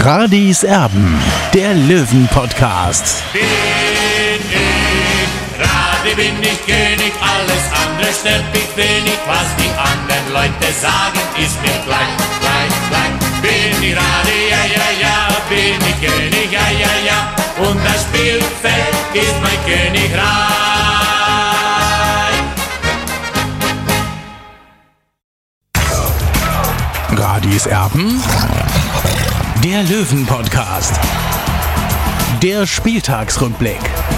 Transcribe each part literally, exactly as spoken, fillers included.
Radis Erben, der Löwen-Podcast. Bin ich Radi, bin ich König, alles andere stört mich wenig. Was die anderen Leute sagen, ist mir gleich, gleich, gleich. Bin ich Radi, ja, ja, ja, bin ich König, ja, ja, ja. Und das Spielfeld ist mein Königreich. Radis Erben, der Löwen-Podcast. Der Spieltagsrückblick.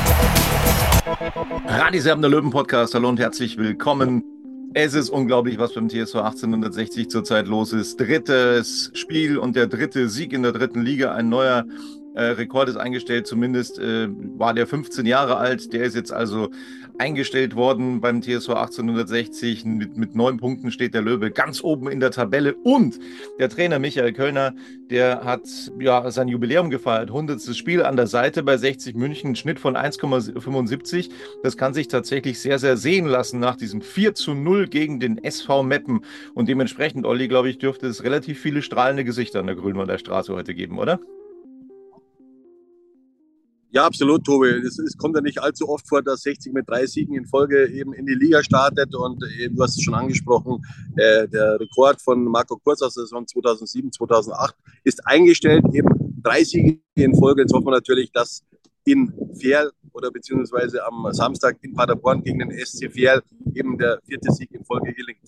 Radis Erben, der Löwen-Podcast. Hallo und herzlich willkommen. Es ist unglaublich, was beim T S V achtzehnhundertsechzig zurzeit los ist. Drittes Spiel und der dritte Sieg in der dritten Liga. Ein neuer äh, Rekord ist eingestellt. Zumindest äh, war der fünfzehn Jahre alt. Der ist jetzt also eingestellt worden beim T S V achtzehnhundertsechzig. Mit, mit neun Punkten steht der Löwe ganz oben in der Tabelle. Und der Trainer Michael Kölner, der hat ja sein Jubiläum gefeiert. hundertstes Spiel an der Seite bei sechzig München. Ein Schnitt von eins Komma fünfundsiebzig. Das kann sich tatsächlich sehr, sehr sehen lassen nach diesem vier zu null gegen den S V Meppen. Und dementsprechend, Olli, glaube ich, dürfte es relativ viele strahlende Gesichter an der Grünwalder Straße heute geben, oder? Ja, absolut, Tobi. Es, es kommt ja nicht allzu oft vor, dass sechzig mit drei Siegen in Folge eben in die Liga startet. Und eben, du hast es schon angesprochen, äh, der Rekord von Marco Kurz aus der Saison zweitausendsieben, zweitausendacht ist eingestellt. Eben drei Siege in Folge. Jetzt hoffen wir natürlich, dass in Verl oder beziehungsweise am Samstag in Paderborn gegen den S C Verl eben der vierte Sieg in Folge gelingt.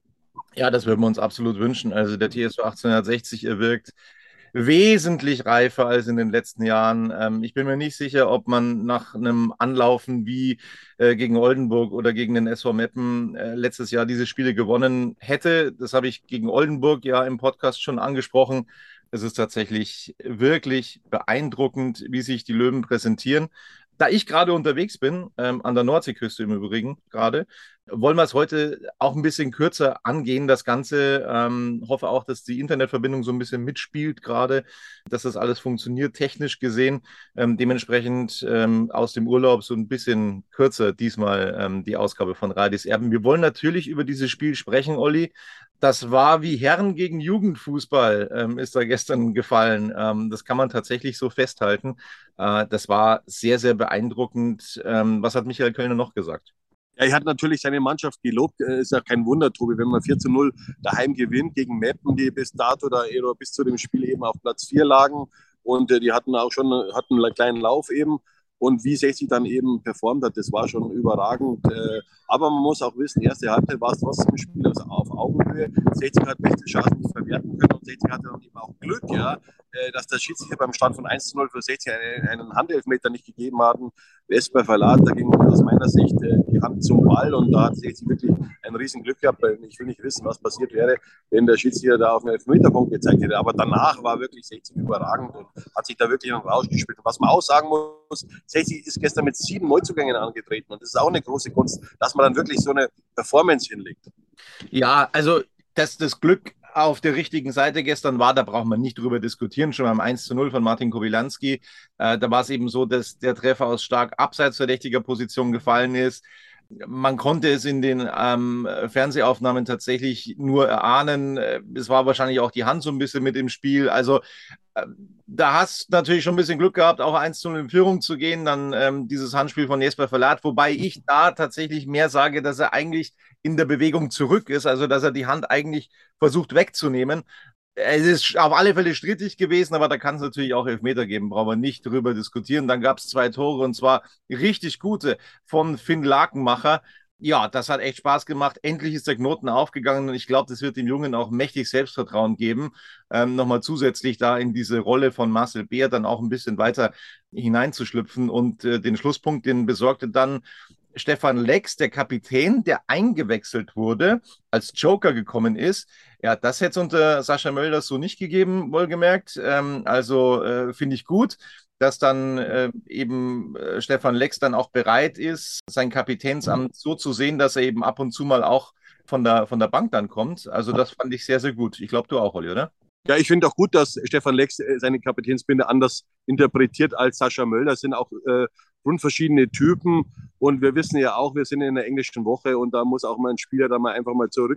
Ja, das würden wir uns absolut wünschen. Also der T S V achtzehnhundertsechzig wirkt wesentlich reifer als in den letzten Jahren. Ähm, ich bin mir nicht sicher, ob man nach einem Anlaufen wie äh, gegen Oldenburg oder gegen den S V Meppen äh, letztes Jahr diese Spiele gewonnen hätte. Das habe ich gegen Oldenburg ja im Podcast schon angesprochen. Es ist tatsächlich wirklich beeindruckend, wie sich die Löwen präsentieren. Da ich gerade unterwegs bin, ähm, an der Nordseeküste im Übrigen gerade, wollen wir es heute auch ein bisschen kürzer angehen, das Ganze. Ähm, hoffe auch, dass die Internetverbindung so ein bisschen mitspielt gerade, dass das alles funktioniert, technisch gesehen. Ähm, dementsprechend ähm, aus dem Urlaub so ein bisschen kürzer diesmal ähm, die Ausgabe von Radis Erben. Wir wollen natürlich über dieses Spiel sprechen, Olli. Das war wie Herren gegen Jugendfußball, ähm, ist da gestern gefallen. Ähm, das kann man tatsächlich so festhalten. Äh, das war sehr, sehr beeindruckend. Ähm, was hat Michael Kölner noch gesagt? Ja, er hat natürlich seine Mannschaft gelobt. Ist ja kein Wunder, Tobi, wenn man vier zu null daheim gewinnt gegen Meppen, die bis dato oder bis zu dem Spiel eben auf Platz vier lagen. Und die hatten auch schon hatten einen kleinen Lauf eben. Und wie sechzig dann eben performt hat, das war schon überragend. Aber man muss auch wissen, erste Halbzeit war es trotzdem ein Spiel also auf Augenhöhe. sechzig hat beste Chancen nicht verwerten können und sechzig hatte dann eben auch Glück, ja, dass der Schiedsrichter beim Stand von eins zu null für sechzig einen, einen Handelfmeter nicht gegeben hatten. Wesper Verlat, da ging aus meiner Sicht die Hand zum Ball und da hat sechzig wirklich ein riesen Glück gehabt. Ich will nicht wissen, was passiert wäre, wenn der Schiedsrichter da auf einen Elfmeterpunkt gezeigt hätte. Aber danach war wirklich sechzig überragend und hat sich da wirklich noch rausgespielt. Und was man auch sagen muss, sechzig ist gestern mit sieben Neuzugängen angetreten und das ist auch eine große Kunst, dass man dann wirklich so eine Performance hinlegt. Ja, also dass das Glück auf der richtigen Seite gestern war, da braucht man nicht drüber diskutieren, schon beim eins zu null von Martin Kobylanski. Äh, da war es eben so, dass der Treffer aus stark abseits verdächtiger Position gefallen ist. Man konnte es in den ähm, Fernsehaufnahmen tatsächlich nur erahnen. Es war wahrscheinlich auch die Hand so ein bisschen mit im Spiel. Also äh, da hast natürlich schon ein bisschen Glück gehabt, auch eins zu null in Führung zu gehen. Dann ähm, dieses Handspiel von Jesper Verlat, wobei ich da tatsächlich mehr sage, dass er eigentlich in der Bewegung zurück ist, also dass er die Hand eigentlich versucht wegzunehmen. Es ist auf alle Fälle strittig gewesen, aber da kann es natürlich auch Elfmeter geben, brauchen wir nicht drüber diskutieren. Dann gab es zwei Tore und zwar richtig gute von Finn Lakenmacher. Ja, das hat echt Spaß gemacht. Endlich ist der Knoten aufgegangen und ich glaube, das wird dem Jungen auch mächtig Selbstvertrauen geben, ähm, nochmal zusätzlich da in diese Rolle von Marcel Beer dann auch ein bisschen weiter hineinzuschlüpfen und äh, den Schlusspunkt, den besorgte dann Stefan Lex, der Kapitän, der eingewechselt wurde, als Joker gekommen ist. Ja, das hätte es unter Sascha Mölders so nicht gegeben, wohlgemerkt. Ähm, also äh, finde ich gut, dass dann äh, eben äh, Stefan Lex dann auch bereit ist, sein Kapitänsamt so zu sehen, dass er eben ab und zu mal auch von der, von der Bank dann kommt. Also das fand ich sehr, sehr gut. Ich glaube, du auch, Olli, oder? Ja, ich finde auch gut, dass Stefan Lex seine Kapitänsbinde anders interpretiert als Sascha Mölders. Das sind auch äh, grundverschiedene Typen und wir wissen ja auch, wir sind in der englischen Woche und da muss auch mal ein Spieler da mal einfach mal zurück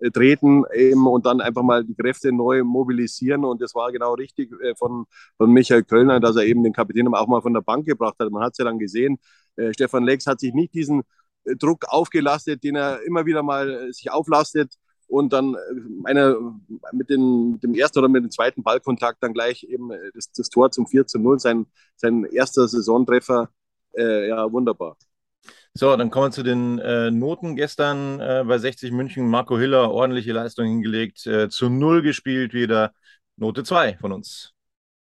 äh, treten eben und dann einfach mal die Kräfte neu mobilisieren. Und das war genau richtig äh, von, von Michael Kölner, dass er eben den Kapitän auch mal von der Bank gebracht hat. Man hat es ja dann gesehen, äh, Stefan Lex hat sich nicht diesen äh, Druck aufgelastet, den er immer wieder mal äh, sich auflastet. Und dann eine, mit, den, mit dem ersten oder mit dem zweiten Ballkontakt dann gleich eben das, das Tor zum vier zu null, sein, sein erster Saisontreffer. Äh, ja, wunderbar. So, dann kommen wir zu den äh, Noten. Gestern äh, bei sechzig München, Marco Hiller, ordentliche Leistung hingelegt, äh, zu null gespielt wieder. Note zwei von uns.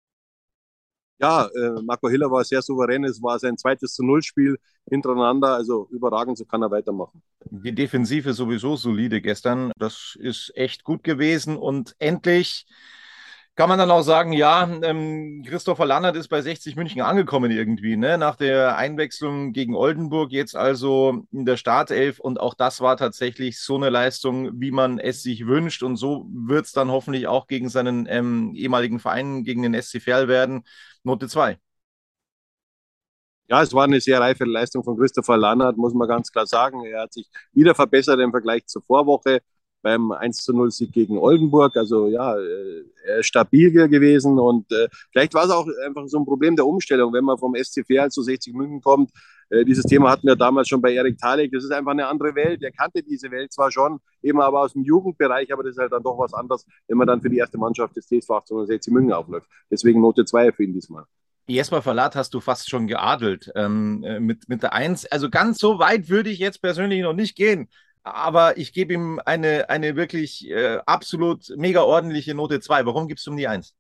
Ja, äh, Marco Hiller war sehr souverän. Es war sein zweites zu null Spiel hintereinander. Also überragend, so kann er weitermachen. Die Defensive sowieso solide gestern. Das ist echt gut gewesen. Und endlich kann man dann auch sagen, ja, ähm, Christopher Lannert ist bei sechzig München angekommen irgendwie, ne? Nach der Einwechslung gegen Oldenburg, jetzt also in der Startelf. Und auch das war tatsächlich so eine Leistung, wie man es sich wünscht. Und so wird es dann hoffentlich auch gegen seinen ähm, ehemaligen Verein, gegen den S C Verl werden. Note zwei. Ja, es war eine sehr reife Leistung von Christopher Lannert, muss man ganz klar sagen. Er hat sich wieder verbessert im Vergleich zur Vorwoche beim eins zu null Sieg gegen Oldenburg. Also ja, er ist stabil gewesen und äh, vielleicht war es auch einfach so ein Problem der Umstellung, wenn man vom S C Verl zu sechzig München kommt. Äh, dieses Thema hatten wir damals schon bei Erik Thalek. Das ist einfach eine andere Welt. Er kannte diese Welt zwar schon, eben aber aus dem Jugendbereich, aber das ist halt dann doch was anderes, wenn man dann für die erste Mannschaft des T S V achtzehnhundertsechzig München aufläuft. Deswegen Note zwei für ihn diesmal. Jesper Verlat hast du fast schon geadelt ähm, mit, mit der Eins. Also ganz so weit würde ich jetzt persönlich noch nicht gehen. Aber ich gebe ihm eine, eine wirklich äh, absolut mega ordentliche Note zwei. Warum gibst du ihm die Eins?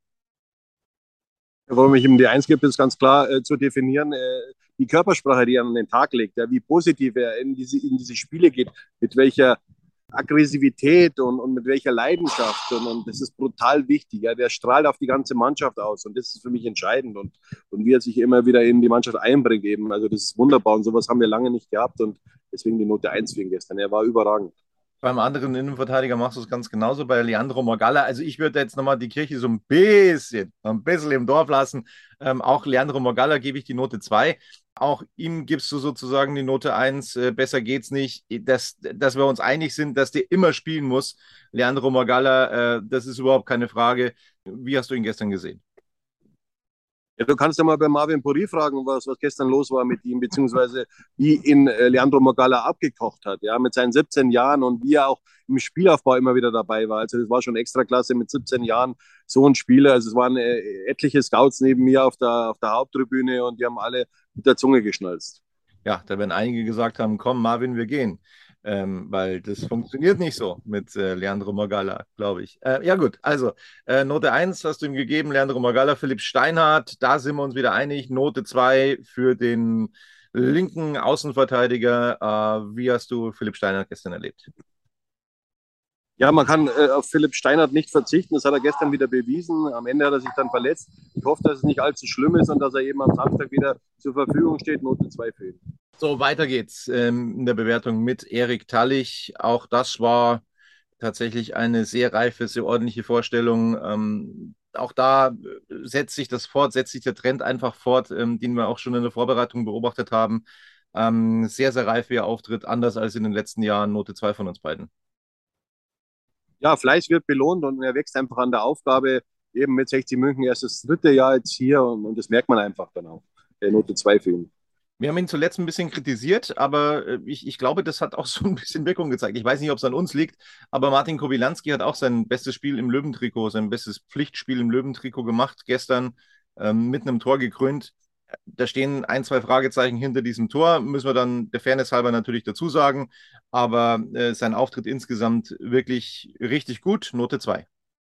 Warum ich ihm die Eins gebe, ist ganz klar äh, zu definieren. Äh, die Körpersprache, die er an den Tag legt, ja, wie positiv er in diese, in diese Spiele geht, mit welcher Aggressivität und, und mit welcher Leidenschaft. Und, und das ist brutal wichtig. Ja. Der strahlt auf die ganze Mannschaft aus. Und das ist für mich entscheidend. Und, und wie er sich immer wieder in die Mannschaft einbringt. Eben. Also das ist wunderbar. Und sowas haben wir lange nicht gehabt. Und deswegen die Note eins für ihn gestern. Er war überragend. Beim anderen Innenverteidiger machst du es ganz genauso, bei Leandro Morgalla. Also ich würde jetzt nochmal die Kirche so ein bisschen, ein bisschen im Dorf lassen. Ähm, auch Leandro Morgalla gebe ich die Note zwei. Auch ihm gibst du sozusagen die Note eins. Äh, besser geht's nicht. Dass, dass wir uns einig sind, dass der immer spielen muss. Leandro Morgalla, äh, das ist überhaupt keine Frage. Wie hast du ihn gestern gesehen? Ja, du kannst ja mal bei Marvin Puri fragen, was, was gestern los war mit ihm, beziehungsweise wie ihn äh, Leandro Morgalla abgekocht hat, ja, mit seinen siebzehn Jahren und wie er auch im Spielaufbau immer wieder dabei war. Also das war schon extra klasse mit siebzehn Jahren, so ein Spieler. Also es waren äh, etliche Scouts neben mir auf der, auf der Haupttribüne und die haben alle mit der Zunge geschnalzt. Ja, da werden einige gesagt haben, komm Marvin, wir gehen. Ähm, weil das funktioniert nicht so mit äh, Leandro Morgalla, glaube ich. Äh, ja gut, also äh, Note eins hast du ihm gegeben, Leandro Morgalla, Philipp Steinhardt, da sind wir uns wieder einig. Note zwei für den linken Außenverteidiger. Äh, wie hast du Philipp Steinhardt gestern erlebt? Ja, man kann äh, auf Philipp Steinhardt nicht verzichten. Das hat er gestern wieder bewiesen. Am Ende hat er sich dann verletzt. Ich hoffe, dass es nicht allzu schlimm ist und dass er eben am Samstag wieder zur Verfügung steht. Note zwei für ihn. So, weiter geht's ähm, in der Bewertung mit Erik Tallich. Auch das war tatsächlich eine sehr reife, sehr ordentliche Vorstellung. Ähm, auch da setzt sich das fort, setzt sich der Trend einfach fort, ähm, den wir auch schon in der Vorbereitung beobachtet haben. Ähm, sehr, sehr reif, wie er auftritt, anders als in den letzten Jahren. Note zwei von uns beiden. Ja, Fleiß wird belohnt und er wächst einfach an der Aufgabe. Eben mit sechzig München erst das dritte Jahr jetzt hier und, und das merkt man einfach dann auch. Der Note zwei für ihn. Wir haben ihn zuletzt ein bisschen kritisiert, aber ich, ich glaube, das hat auch so ein bisschen Wirkung gezeigt. Ich weiß nicht, ob es an uns liegt, aber Martin Kobylanski hat auch sein bestes Spiel im Löwentrikot, sein bestes Pflichtspiel im Löwentrikot gemacht, gestern ähm, mit einem Tor gekrönt. Da stehen ein, zwei Fragezeichen hinter diesem Tor, müssen wir dann der Fairness halber natürlich dazu sagen, aber äh, sein Auftritt insgesamt wirklich richtig gut, Note zwei.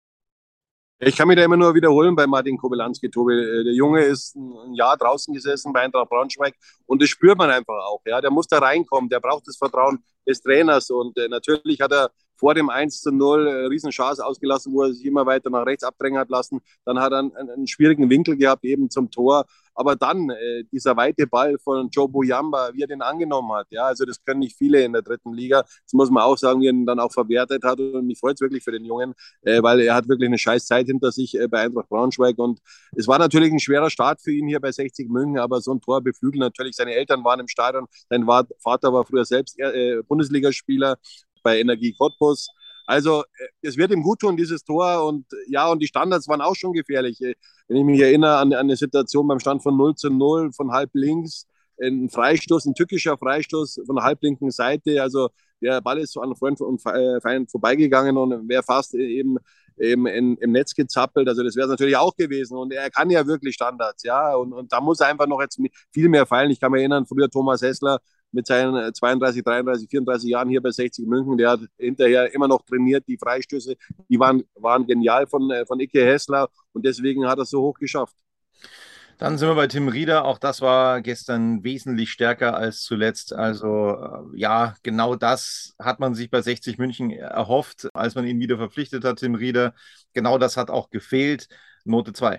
Ich kann mich da immer nur wiederholen bei Martin Kobylanski, Tobi. Der Junge ist ein Jahr draußen gesessen bei Eintracht Braunschweig und das spürt man einfach auch. Ja, der muss da reinkommen, der braucht das Vertrauen des Trainers und äh, natürlich hat er vor dem eins zu null eine Riesenchance ausgelassen, wo er sich immer weiter nach rechts abdrängen hat lassen. Dann hat er einen, einen schwierigen Winkel gehabt, eben zum Tor. Aber dann äh, dieser weite Ball von Joe Boyamba, wie er den angenommen hat. Ja, also das können nicht viele in der dritten Liga. Das muss man auch sagen, wie er ihn dann auch verwertet hat. Und mich freut es wirklich für den Jungen, äh, weil er hat wirklich eine scheiß Zeit hinter sich äh, bei Eintracht Braunschweig. Und es war natürlich ein schwerer Start für ihn hier bei sechzig München, aber so ein Tor beflügelt natürlich. Seine Eltern waren im Stadion. Sein Vater war früher selbst äh, Bundesligaspieler bei Energie Cottbus. Also es wird ihm gut tun, dieses Tor. Und ja, und die Standards waren auch schon gefährlich. Wenn ich mich erinnere an, an eine Situation beim Stand von null zu null von halb links, ein Freistoß, ein tückischer Freistoß von der halblinken Seite. Also der Ball ist so an Freund und Feind vorbeigegangen und wäre fast eben, eben in, im Netz gezappelt. Also das wäre es natürlich auch gewesen. Und er kann ja wirklich Standards, ja. Und, und da muss er einfach noch jetzt viel mehr feilen. Ich kann mich erinnern, früher Thomas Hessler mit seinen zweiunddreißig, dreiunddreißig, vierunddreißig Jahren hier bei sechzig München, der hat hinterher immer noch trainiert. Die Freistöße, die waren, waren genial von, von Icke Hessler und deswegen hat er es so hoch geschafft. Dann sind wir bei Tim Rieder. Auch das war gestern wesentlich stärker als zuletzt. Also ja, genau das hat man sich bei sechzig München erhofft, als man ihn wieder verpflichtet hat, Tim Rieder. Genau das hat auch gefehlt. Note zwei.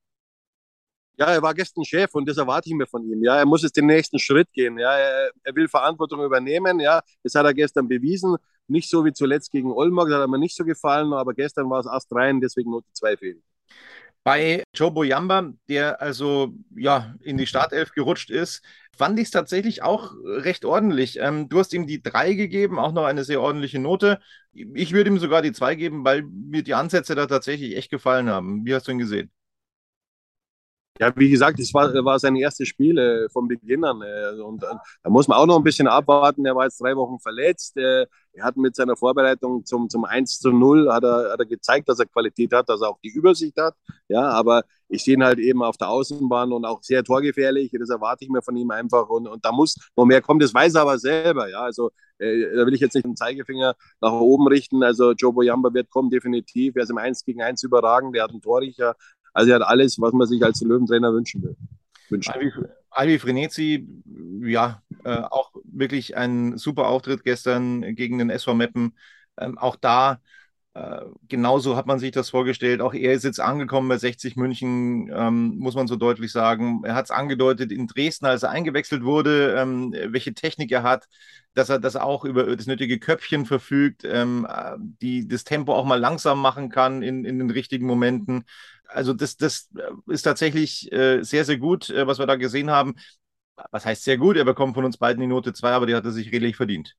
Ja, er war gestern Chef und das erwarte ich mir von ihm. Ja, er muss jetzt den nächsten Schritt gehen. Ja, er, er will Verantwortung übernehmen. Ja, das hat er gestern bewiesen. Nicht so wie zuletzt gegen Oldenburg, das hat mir nicht so gefallen, aber gestern war es astrein, deswegen Note zwei fehlen. Bei Joe Boyamba, der also ja in die Startelf gerutscht ist, fand ich es tatsächlich auch recht ordentlich. Ähm, du hast ihm die drei gegeben, auch noch eine sehr ordentliche Note. Ich würde ihm sogar die zwei geben, weil mir die Ansätze da tatsächlich echt gefallen haben. Wie hast du ihn gesehen? Ja, wie gesagt, das war, war sein erstes Spiel äh, von Beginn an. Äh, und äh, da muss man auch noch ein bisschen abwarten. Er war jetzt drei Wochen verletzt. Äh, er hat mit seiner Vorbereitung zum, zum eins zu null hat er, hat er gezeigt, dass er Qualität hat, dass er auch die Übersicht hat. Ja, aber ich sehe ihn halt eben auf der Außenbahn und auch sehr torgefährlich. Das erwarte ich mir von ihm einfach. Und, und da muss noch mehr kommen. Das weiß er aber selber. Ja, also äh, da will ich jetzt nicht den Zeigefinger nach oben richten. Also Joe Boyamba wird kommen, definitiv. Er ist im eins gegen eins überragend. Er hat einen Torriecher. Also er hat alles, was man sich als Löwentrainer wünschen will. Wünschen. Albi, Albi Frenetzi, ja, äh, auch wirklich ein super Auftritt gestern gegen den S V Meppen. Ähm, auch da, äh, genauso hat man sich das vorgestellt. Auch er ist jetzt angekommen bei sechzig München, ähm, muss man so deutlich sagen. Er hat es angedeutet in Dresden, als er eingewechselt wurde, ähm, welche Technik er hat, dass er das auch über das nötige Köpfchen verfügt, ähm, die das Tempo auch mal langsam machen kann in, in den richtigen Momenten. Also das, das ist tatsächlich äh, sehr, sehr gut, äh, was wir da gesehen haben. Was heißt sehr gut? Er bekommt von uns beiden die Note zwei, aber die hat er sich redlich verdient.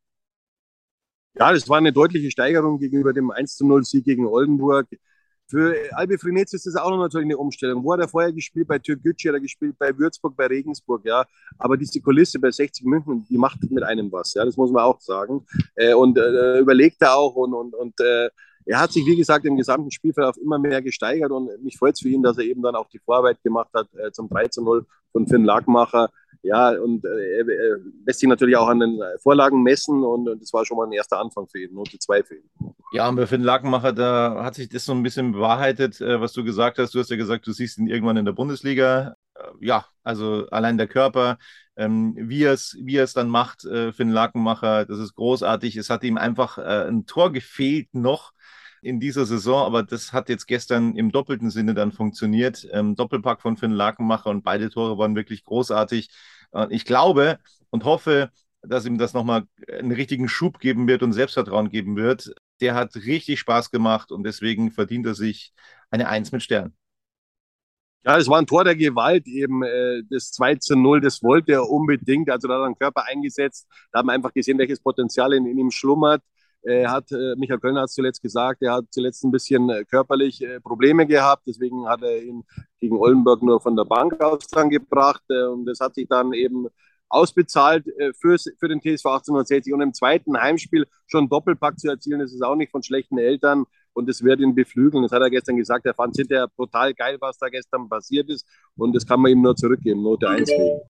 Ja, das war eine deutliche Steigerung gegenüber dem eins zu null Sieg gegen Oldenburg. Für Albi Frenetzi ist das auch noch natürlich eine Umstellung. Wo hat er vorher gespielt? Bei Türkgücü, hat er gespielt bei Würzburg, bei Regensburg, ja. Aber diese Kulisse bei sechzig München, die macht mit einem was, ja. Das muss man auch sagen. Äh, und äh, überlegt er auch und, und, und äh, er hat sich, wie gesagt, im gesamten Spielverlauf immer mehr gesteigert und mich freut es für ihn, dass er eben dann auch die Vorarbeit gemacht hat äh, zum drei zu null von Finn Lagmacher. Ja, und äh, er lässt sich natürlich auch an den Vorlagen messen und, und das war schon mal ein erster Anfang für ihn, Note zwei für ihn. Ja, und bei Finn Lagmacher, da hat sich das so ein bisschen bewahrheitet, äh, was du gesagt hast. Du hast ja gesagt, du siehst ihn irgendwann in der Bundesliga. Äh, ja, also allein der Körper, ähm, wie er es wie er es dann macht, äh, Finn Lagmacher, das ist großartig. Es hat ihm einfach äh, ein Tor gefehlt noch in dieser Saison, aber das hat jetzt gestern im doppelten Sinne dann funktioniert. Ähm, Doppelpack von Finn Lakenmacher und beide Tore waren wirklich großartig. Und ich glaube und hoffe, dass ihm das nochmal einen richtigen Schub geben wird und Selbstvertrauen geben wird. Der hat richtig Spaß gemacht und deswegen verdient er sich eine Eins mit Stern. Ja, es war ein Tor der Gewalt, eben äh, das zwei zu null, das wollte er unbedingt. Also da hat er den Körper eingesetzt, da haben wir einfach gesehen, welches Potenzial in, in ihm schlummert. Er hat, äh, Michael Kölner hat es zuletzt gesagt, er hat zuletzt ein bisschen äh, körperlich äh, Probleme gehabt, deswegen hat er ihn gegen Oldenburg nur von der Bank aus dann gebracht äh, und das hat sich dann eben ausbezahlt äh, fürs, für den T S V achtzehnhundertsechzig und im zweiten Heimspiel schon einen Doppelpack zu erzielen, das ist auch nicht von schlechten Eltern und das wird ihn beflügeln. Das hat er gestern gesagt, er fand es hinterher brutal geil, was da gestern passiert ist und das kann man ihm nur zurückgeben, Note eins geben.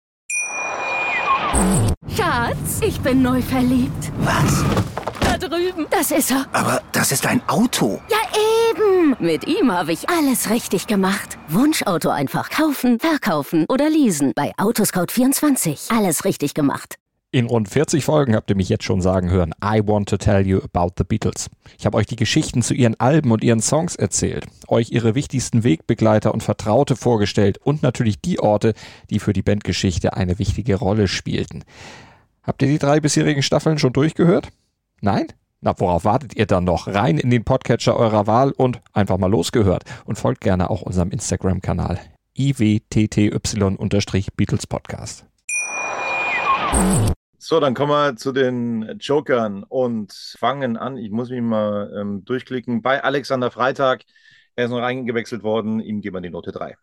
Schatz, ich bin neu verliebt. Was? Da drüben. Das ist er. Aber das ist ein Auto. Ja, eben. Mit ihm habe ich alles richtig gemacht. Wunschauto einfach kaufen, verkaufen oder leasen. Bei Autoscout vierundzwanzig. Alles richtig gemacht. In rund vierzig Folgen habt ihr mich jetzt schon sagen hören, I want to tell you about the Beatles. Ich habe euch die Geschichten zu ihren Alben und ihren Songs erzählt, euch ihre wichtigsten Wegbegleiter und Vertraute vorgestellt und natürlich die Orte, die für die Bandgeschichte eine wichtige Rolle spielten. Habt ihr die drei bisherigen Staffeln schon durchgehört? Nein? Na, worauf wartet ihr dann noch? Rein in den Podcatcher eurer Wahl und einfach mal losgehört. Und folgt gerne auch unserem Instagram-Kanal I W T T Y Beatles Podcast. So, dann kommen wir zu den Jokern und fangen an. Ich muss mich mal ähm, durchklicken. Bei Alexander Freitag, er ist noch eingewechselt worden, ihm geben wir die Note drei.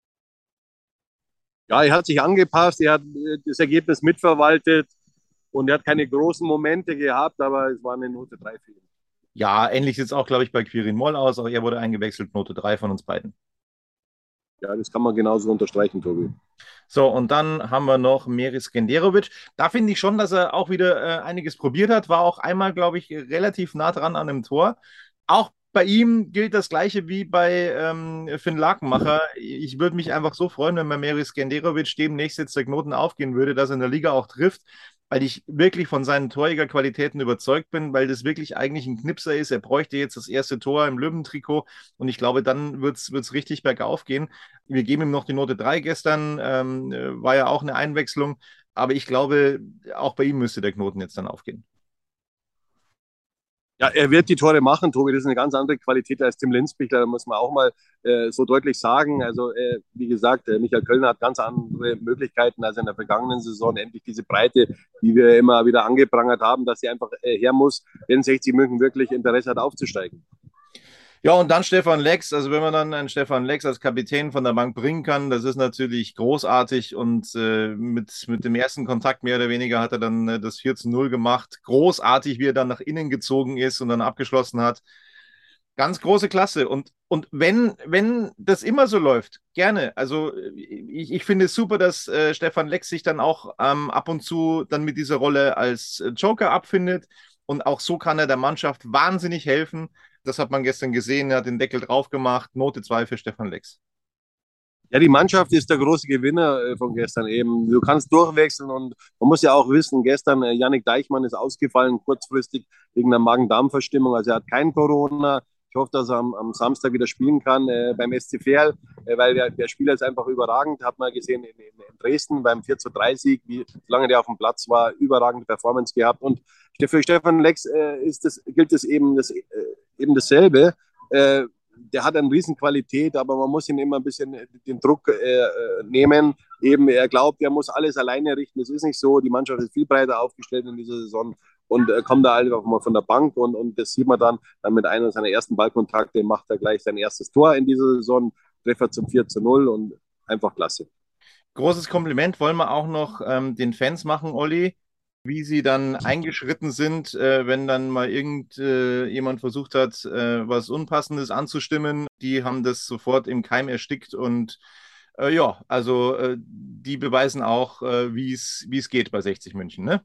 Ja, er hat sich angepasst, er hat das Ergebnis mitverwaltet und er hat keine großen Momente gehabt, aber es war eine Note drei für ihn. Ja, ähnlich sieht es auch, glaube ich, bei Quirin Moll aus. Auch er wurde eingewechselt, Note drei von uns beiden. Ja, das kann man genauso unterstreichen, Tobi. So, und dann haben wir noch Meris Skenderovic. Da finde ich schon, dass er auch wieder äh, einiges probiert hat. War auch einmal, glaube ich, relativ nah dran an dem Tor. Auch bei ihm gilt das Gleiche wie bei ähm, Finn Lakenmacher. Ich würde mich einfach so freuen, wenn bei Meris Skenderovic demnächst jetzt der Knoten aufgehen würde, dass er in der Liga auch trifft, weil ich wirklich von seinen Torjägerqualitäten überzeugt bin, weil das wirklich eigentlich ein Knipser ist. Er bräuchte jetzt das erste Tor im Löwentrikot und ich glaube, dann wird es richtig bergauf gehen. Wir geben ihm noch die Note drei gestern, ähm, war ja auch eine Einwechslung, aber ich glaube, auch bei ihm müsste der Knoten jetzt dann aufgehen. Ja, er wird die Tore machen, Tobi. Das ist eine ganz andere Qualität als Tim Linsbichler, muss man auch mal äh, so deutlich sagen. Also, äh, wie gesagt, äh, Michael Kölner hat ganz andere Möglichkeiten als in der vergangenen Saison. Endlich diese Breite, die wir immer wieder angeprangert haben, dass sie einfach äh, her muss, wenn sechzig München wirklich Interesse hat, aufzusteigen. Ja, und dann Stefan Lex. Also wenn man dann einen Stefan Lex als Kapitän von der Bank bringen kann, das ist natürlich großartig. Und äh, mit, mit dem ersten Kontakt mehr oder weniger hat er dann äh, das vier zu null gemacht. Großartig, wie er dann nach innen gezogen ist und dann abgeschlossen hat. Ganz große Klasse. Und, und wenn, wenn das immer so läuft, gerne. Also ich, ich finde es super, dass äh, Stefan Lex sich dann auch ähm, ab und zu dann mit dieser Rolle als Joker abfindet. Und auch so kann er der Mannschaft wahnsinnig helfen. Das hat man gestern gesehen, er hat den Deckel drauf gemacht. Note zwei für Stefan Lex. Ja, die Mannschaft ist der große Gewinner von gestern eben. Du kannst durchwechseln und man muss ja auch wissen, gestern äh, Yannick Deichmann ist ausgefallen, kurzfristig wegen einer Magen-Darm-Verstimmung. Also er hat kein Corona. Ich hoffe, dass er am, am Samstag wieder spielen kann äh, beim S C Verl, äh, weil der, der Spieler ist einfach überragend. Hat man gesehen in, in, in Dresden beim vier zu drei Sieg, wie lange der auf dem Platz war, überragende Performance gehabt. Und für Stefan Lex äh, ist das, gilt das eben, das, äh, eben dasselbe. Äh, der hat eine Riesenqualität, aber man muss ihm immer ein bisschen den Druck äh, nehmen. Eben, er glaubt, er muss alles alleine richten. Das ist nicht so. Die Mannschaft ist viel breiter aufgestellt in dieser Saison und äh, kommt da einfach mal von der Bank und, und das sieht man dann, dann mit einem seiner ersten Ballkontakte macht er gleich sein erstes Tor in dieser Saison, Treffer zum vier zu null und einfach klasse. Großes Kompliment wollen wir auch noch ähm, den Fans machen, Olli, wie sie dann eingeschritten sind, äh, wenn dann mal irgendjemand äh, versucht hat, äh, was Unpassendes anzustimmen. Die haben das sofort im Keim erstickt und äh, ja, also äh, die beweisen auch, äh, wie es geht bei sechzig München, ne?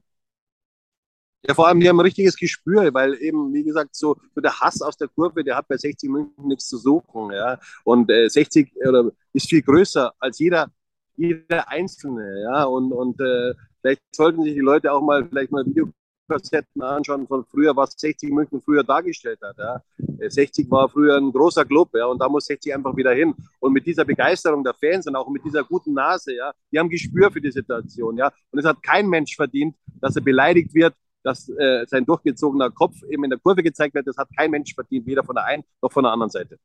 Ja, vor allem, die haben ein richtiges Gespür, weil eben, wie gesagt, so, so der Hass aus der Kurve, der hat bei sechzig München nichts zu suchen. Ja? Und äh, sechzig oder, ist viel größer als jeder, jeder Einzelne. Ja? Und, und äh, vielleicht sollten sich die Leute auch mal vielleicht mal Videokassetten anschauen von früher, was sechzig München früher dargestellt hat. Ja? sechzig war früher ein großer Club, ja, und da muss sechzig einfach wieder hin. Und mit dieser Begeisterung der Fans und auch mit dieser guten Nase, ja, die haben Gespür für die Situation. Ja? Und es hat kein Mensch verdient, dass er beleidigt wird, dass äh, sein durchgezogener Kopf eben in der Kurve gezeigt wird. Das hat kein Mensch verdient, weder von der einen noch von der anderen Seite.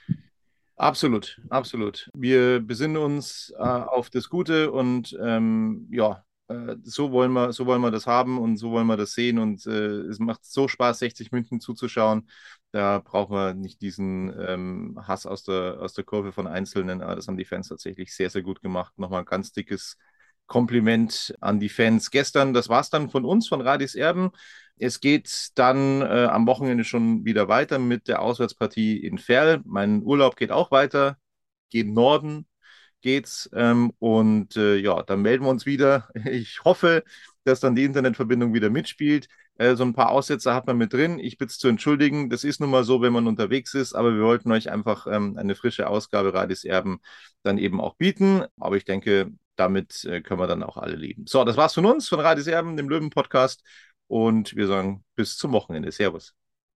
Absolut, absolut. Wir besinnen uns äh, auf das Gute und ähm, ja, äh, so wollen wir, so wollen wir das haben und so wollen wir das sehen und äh, es macht so Spaß, sechzig München zuzuschauen. Da brauchen wir nicht diesen ähm, Hass aus der, aus der Kurve von Einzelnen. Aber das haben die Fans tatsächlich sehr, sehr gut gemacht. Nochmal ein ganz dickes Kompliment an die Fans gestern. Das war es dann von uns, von Radis Erben. Es geht dann äh, am Wochenende schon wieder weiter mit der Auswärtspartie in Verl. Mein Urlaub geht auch weiter, geht Norden geht's. Ähm, und äh, ja, dann melden wir uns wieder. Ich hoffe, dass dann die Internetverbindung wieder mitspielt. Äh, so ein paar Aussetzer hat man mit drin. Ich bitte es zu entschuldigen. Das ist nun mal so, wenn man unterwegs ist. Aber wir wollten euch einfach ähm, eine frische Ausgabe Radis Erben dann eben auch bieten. Aber ich denke, damit äh, können wir dann auch alle leben. So, das war's von uns, von Radis Erben, dem Löwen-Podcast. Und wir sagen bis zum Wochenende. Servus.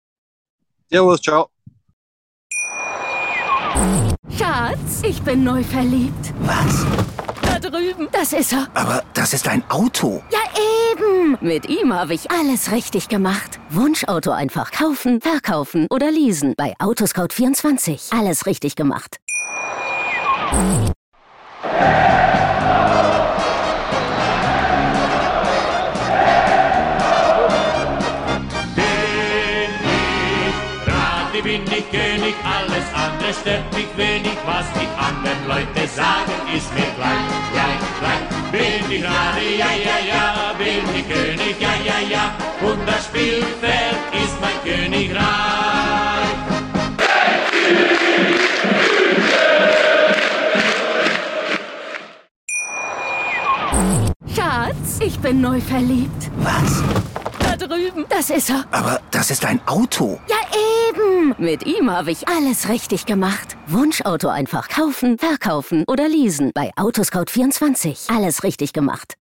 Servus, ciao. Schatz, ich bin neu verliebt. Was? Da drüben. Das ist er. Aber das ist ein Auto. Ja, eben. Mit ihm habe ich alles richtig gemacht. Wunschauto einfach kaufen, verkaufen oder leasen. Bei Autoscout vierundzwanzig. Alles richtig gemacht. ist mir gleich, gleich, gleich. Bin ich Rade, ja, ja, ja, bin ich König, ja, ja, ja. Und das Spielfeld ist mein Königreich. Schatz, ich bin neu verliebt. Was? Da drüben. Das ist er. Aber das ist ein Auto. Ja, eben. Mit ihm habe ich alles richtig gemacht. Wunschauto einfach kaufen, verkaufen oder leasen. Bei Autoscout vierundzwanzig. Alles richtig gemacht.